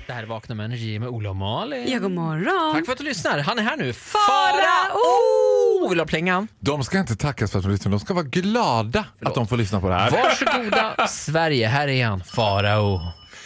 Det här är Vakna med Energy med Ola och Malin. Ja, god morgon. Tack för att du lyssnar. Han är här nu. Farao! Vill du ha plingan? De ska inte tackas för att de lyssnar. De ska vara glada att de får lyssna på det här. Varsågoda Sverige, här är han. Farao.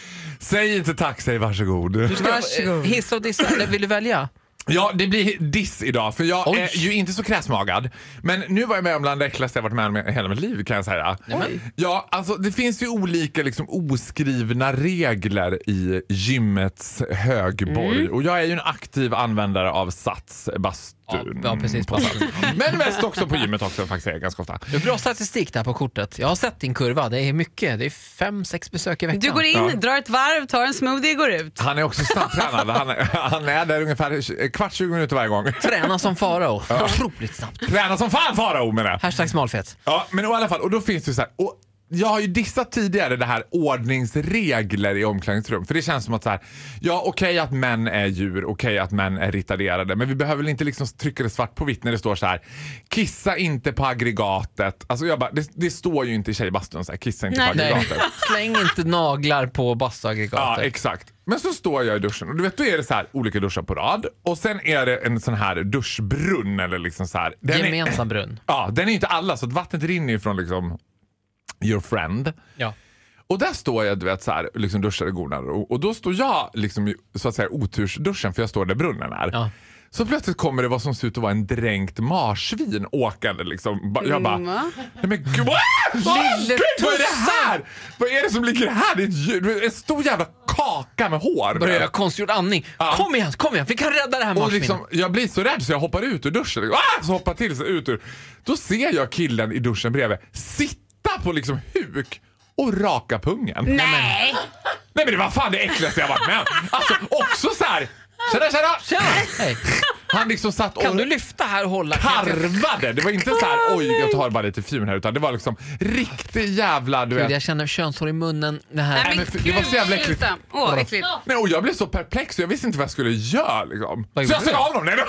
Säg inte tack, säg varsågod. Du ska hissa och dissa, eller vill du välja? Ja, det blir diss idag, för jag är ju inte så kräsmagad. Men nu var jag med om bland det äckligaste jag varit med om i hela mitt liv, kan jag säga. Ja, alltså det finns ju olika liksom oskrivna regler i gymmets högborg. Och jag är ju en aktiv användare av Sats bastun. Ja, precis. Men mest också på gymmet också, faktiskt, ganska ofta. Det är bra statistik där på kortet. Jag har sett din kurva, det är mycket. Det är 5-6 besök i veckan. Du går in, drar ett varv, tar en smoothie och går ut. Han är också snabbtränad. Han är där ungefär kvart 20 minuter varje gång. Träna som Farao. Otroligt snabbt. Träna som fan, Farao, med det. Hashtag smalfett. Ja, men i alla fall, och då finns det så här, och jag har ju dissat tidigare det här ordningsregler i omklädningsrum. För det känns som att så här, ja, okej att män är djur, okej att män är retarderade, men vi behöver väl inte liksom trycka det svart på vitt när det står så här: kissa inte på aggregatet. Alltså jag bara, det står ju inte i tjejbastun så här, kissa inte på aggregatet. Släng inte naglar på bastuaggregatet. Ja, exakt. Men så står jag i duschen och du vet, då är det så här olika duschar på rad. Och sen är det en sån här duschbrunn eller liksom så här. Gemensam brunn. Ja, den är inte alla, så att vattnet rinner ju från liksom your friend. Ja. Och där står jag, du vet, så här, liksom duschar och gonar. Och då står jag liksom, så att säga, otursduschen, för jag står där brunnen är. Ja. Så plötsligt kommer det vad som ser ut att vara en dränkt marsvin åkande liksom. Jag bara, nej men gud, vad är det här? Vad är det som ligger här? Det är ett djur, en stor jävla kaka med hår. Börjar jag konstgjord andning. Ja. Kom igen, vi kan rädda det här marsvinet. Liksom, jag blir så rädd så jag hoppar ut ur duschen. Så hoppar till sig ut ur. Då ser jag killen i duschen bredvid sitta på liksom huk och raka pungen. Nej men det var fan det äckligaste jag varit med. Alltså också så här. Tjena. Hej. Han liksom satt och kan du lyfta här och hålla karvade. Det var inte så här, oj jag tar bara lite fjun här, utan det var liksom riktigt jävla, du vet. Jag känner könshår i munnen. Det här. Nej, men det var så jävla äckligt. Äckligt. Nej, och jag blev så perplex så jag visste inte vad jag skulle göra liksom. Så jag sa honom. Nej.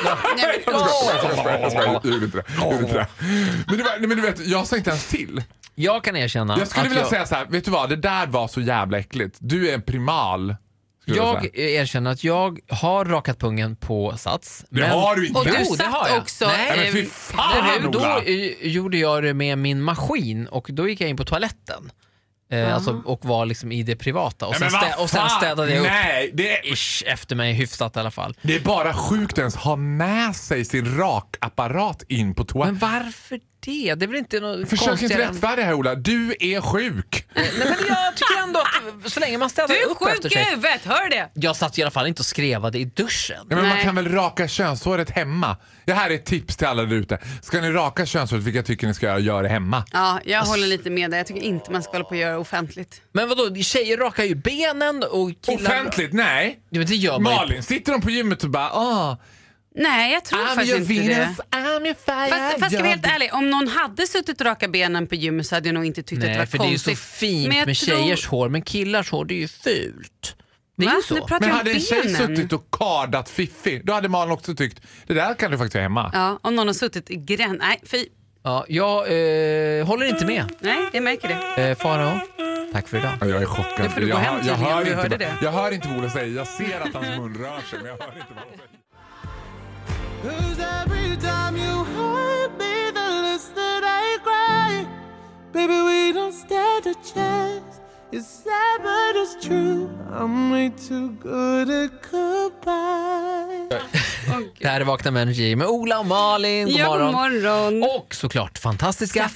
Jag gjorde inte det. Men du vet, jag sa inte ens till. Jag kan erkänna. Jag skulle vilja säga så här, vet du vad, det där var så jävla äckligt. Du är en primal. Jag erkänner att jag har rakat pungen på Sats. Det har du inte. Och du satt också. Nej, men fy fan, då gjorde jag det med min maskin och då gick jag in på toaletten. Alltså, och var liksom i det privata och sen städade jag upp. Nej, det är efter mig hyfsat i alla fall. Det är bara sjukt ens ha med sig sin rakapparat in på toaletten. Men varför det? Det är väl inte något Försök konstigt. inte rättfärdiga här, Ola. Du är sjuk. Nej, men jag tycker ändå att så länge man städar upp efter sig. Du är sjuk i huvudet, hör det? Jag satt i alla fall inte och skrevade i duschen. Ja, men man kan väl raka könshåret hemma. Det här är ett tips till alla där ute. Ska ni raka könshåret, vilka tycker ni ska göra det hemma? Ja, jag håller lite med dig. Jag tycker inte man ska hålla på att göra offentligt. Men vadå, tjejer rakar ju benen och killar... Offentligt? Nej. Ja, men det gör man Malin, sitter de på gymmet och bara Nej, jag tror faktiskt inte det. I'm your fire. Fast ska vi helt ärlig, om någon hade suttit och raka benen på gymmet så hade jag nog inte tyckt att det var för konstigt. Det är ju så fint med tjejers hår, men killars hår, det är ju fult. Det är ju så. Men hade en tjej suttit och kardat Fiffi, då hade man också tyckt, det där kan du faktiskt göra hemma. Ja, om någon har suttit i nej, fy. Ja, jag håller inte med. Nej, jag märker det. Farao, tack för idag. Ja, jag är chockad. Nu får du gå hem tydligen, jag hör inte vad Ola säger. Jag ser att hans mun rör sig, men jag hör inte vad han säger. 'Cause every time you hurt me, the less that I cry. Baby, we don't stand a chance. It's sad but it's true. I'm way too good at goodbye. Det här är Vakna med Energy med Ola och Malin. God morgon. God morgon. Och såklart fantastiska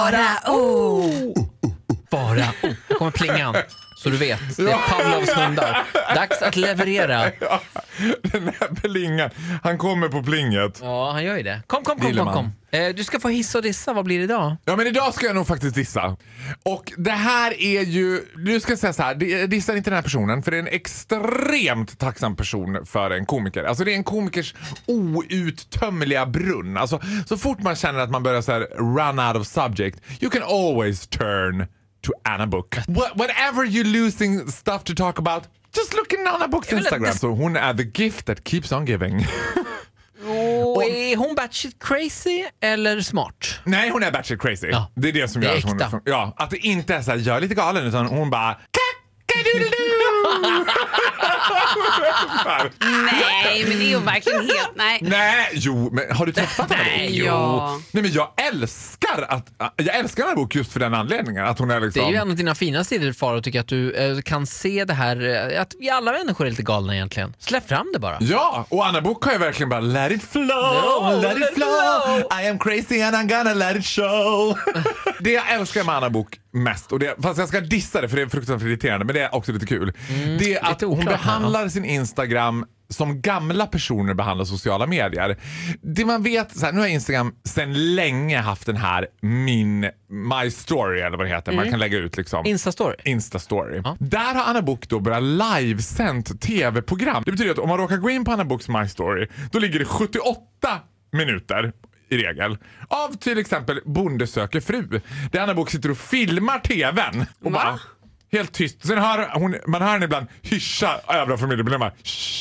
Farao. Farao. Här kommer plingan. Så du vet, det är Pavlovs hundar. Dags att leverera. Ja, den här plingan. Han kommer på plinget. Ja, han gör ju det. Kom. Du ska få hissa och dissa. Vad blir det idag? Ja, men idag ska jag nog faktiskt dissa. Och det här är ju... Du ska säga så här, dissar inte den här personen, för det är en extremt tacksam person för en komiker. Alltså det är en komikers outtömliga brunn. Alltså så fort man känner att man börjar så här run out of subject, you can always turn to Anna Book. Whatever you're losing stuff to talk about, just look in Anna Books Instagram. Så hon är the gift that keeps on giving. Och är hon batshit crazy eller smart? Nej, hon är batshit crazy. Ja. Det är det som gör att hon är... Ja, att det inte är så här, jag är lite galen, utan hon bara... Nej, men det är ju verkligen helt... Nej, jo, men har du träffat henne? Nej, ja. Nej, men jag älskar den här boken just för den anledningen. Att hon är liksom... Det är ju en av dina fina sidor, Faro, och tycker att du kan se det här, att vi alla människor är lite galna egentligen. Släpp fram det bara. Ja, och Anna Book har ju verkligen bara let it flow, let it flow. I am crazy and I'm gonna let it show. Det jag älskar med Anna Book mest, och fast jag ska dissa det för det är fruktansvärt irriterande, men det är också lite kul. Det är att hon behandlar sin Instagram som gamla personer behandlar sociala medier. Det man vet, så här, nu har Instagram sedan länge haft den här My Story eller vad det heter. Man kan lägga ut liksom Instastory. Ja. Där har Anna Book då börjat livesänt tv-program. Det betyder att om man råkar gå in på Anna Books My Story, då ligger det 78 minuter i regel av till exempel Bonde söker fru. Där Anna Book sitter och filmar tvn och bara helt tyst. Sen man hör henne ibland hyscha övriga familjemedlemmar.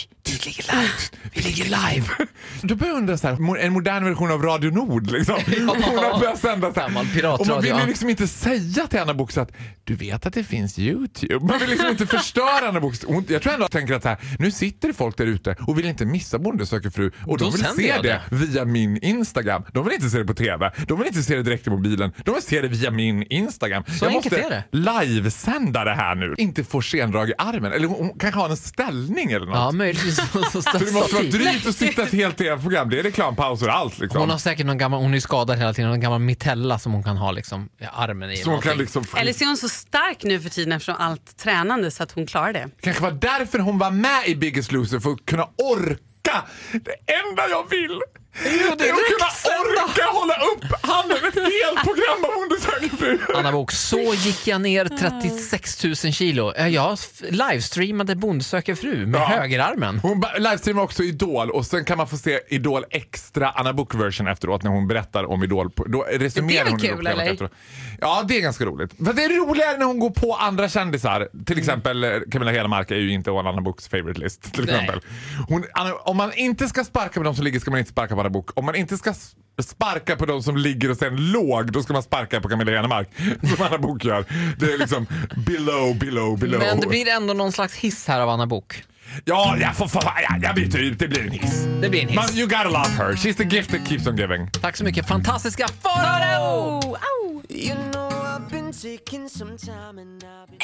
Vi ligger live. Då börjar jag undra så här, en modern version av Radio Nord liksom. Hon har börjat sända så här. Och man vill ju liksom inte säga till Anna Book att du vet att det finns YouTube. Man vill liksom inte förstöra Anna Book. Jag tror ändå att tänker att så här, nu sitter det folk där ute och vill inte missa Bonde söker fru, och de vill se det via min Instagram. De vill inte se det på tv. De vill inte se det direkt i mobilen. De vill se det via min Instagram. Så jag måste livesända det här nu. Inte få sendrag i armen. Eller hon kanske har en ställning eller något. Ja, möjligtvis. Så det måste vara drygt att sitta ett helt tv-program. Det är reklampauser och allt liksom. Hon har säkert någon gammal, hon är skadad hela tiden, någon gammal mitella som hon kan ha liksom i armen i. Så kan liksom eller så är hon så stark nu för tiden eftersom allt tränande så att hon klarar det. Kanske var därför hon var med i Biggest Loser, för att kunna orka. Det enda jag vill är att kunna orka hålla upp handen ett helt program av Bonde söker fru. Anna Book, så gick jag ner 36 000 kilo. Jag livestreamade Bonde söker fru med högerarmen. Hon livestreamade också Idol, och sen kan man få se Idol extra Anna Book version efteråt när hon berättar om Idol. Då resumerar det är hon kul, eller? Efteråt. Ja, det är ganska roligt. För det är roligare när hon går på andra kändisar. Till exempel Camilla Hedemark är ju inte on Anna Books favorite list till exempel. Om man inte ska sparka på de som ligger ska man inte sparka på Anna Book. Om man inte ska sparka på de som ligger och sen låg, då ska man sparka på Camilla Hedemark som Anna Book gör. Det är liksom below. Men det blir ändå någon slags hiss här av Anna Book. Ja, jag byter ut. Det blir en hiss. Det blir en hiss. You gotta love her. She's the gift that keeps on giving. Tack så mycket. Fantastiska Faro! You know I've been taking some time and I've been...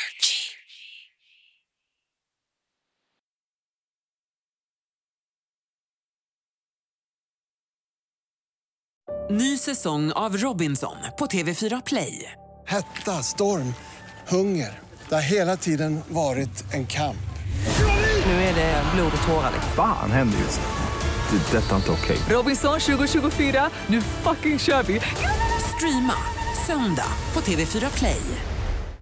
Ny säsong av Robinson på TV4 Play. Hetta, storm, hunger. Det har hela tiden varit en kamp. Nu är det blod och tårar. Fan händer just det. Det är detta inte okej. Robinson 2024, nu fucking kör vi. Streama söndag på TV4 Play.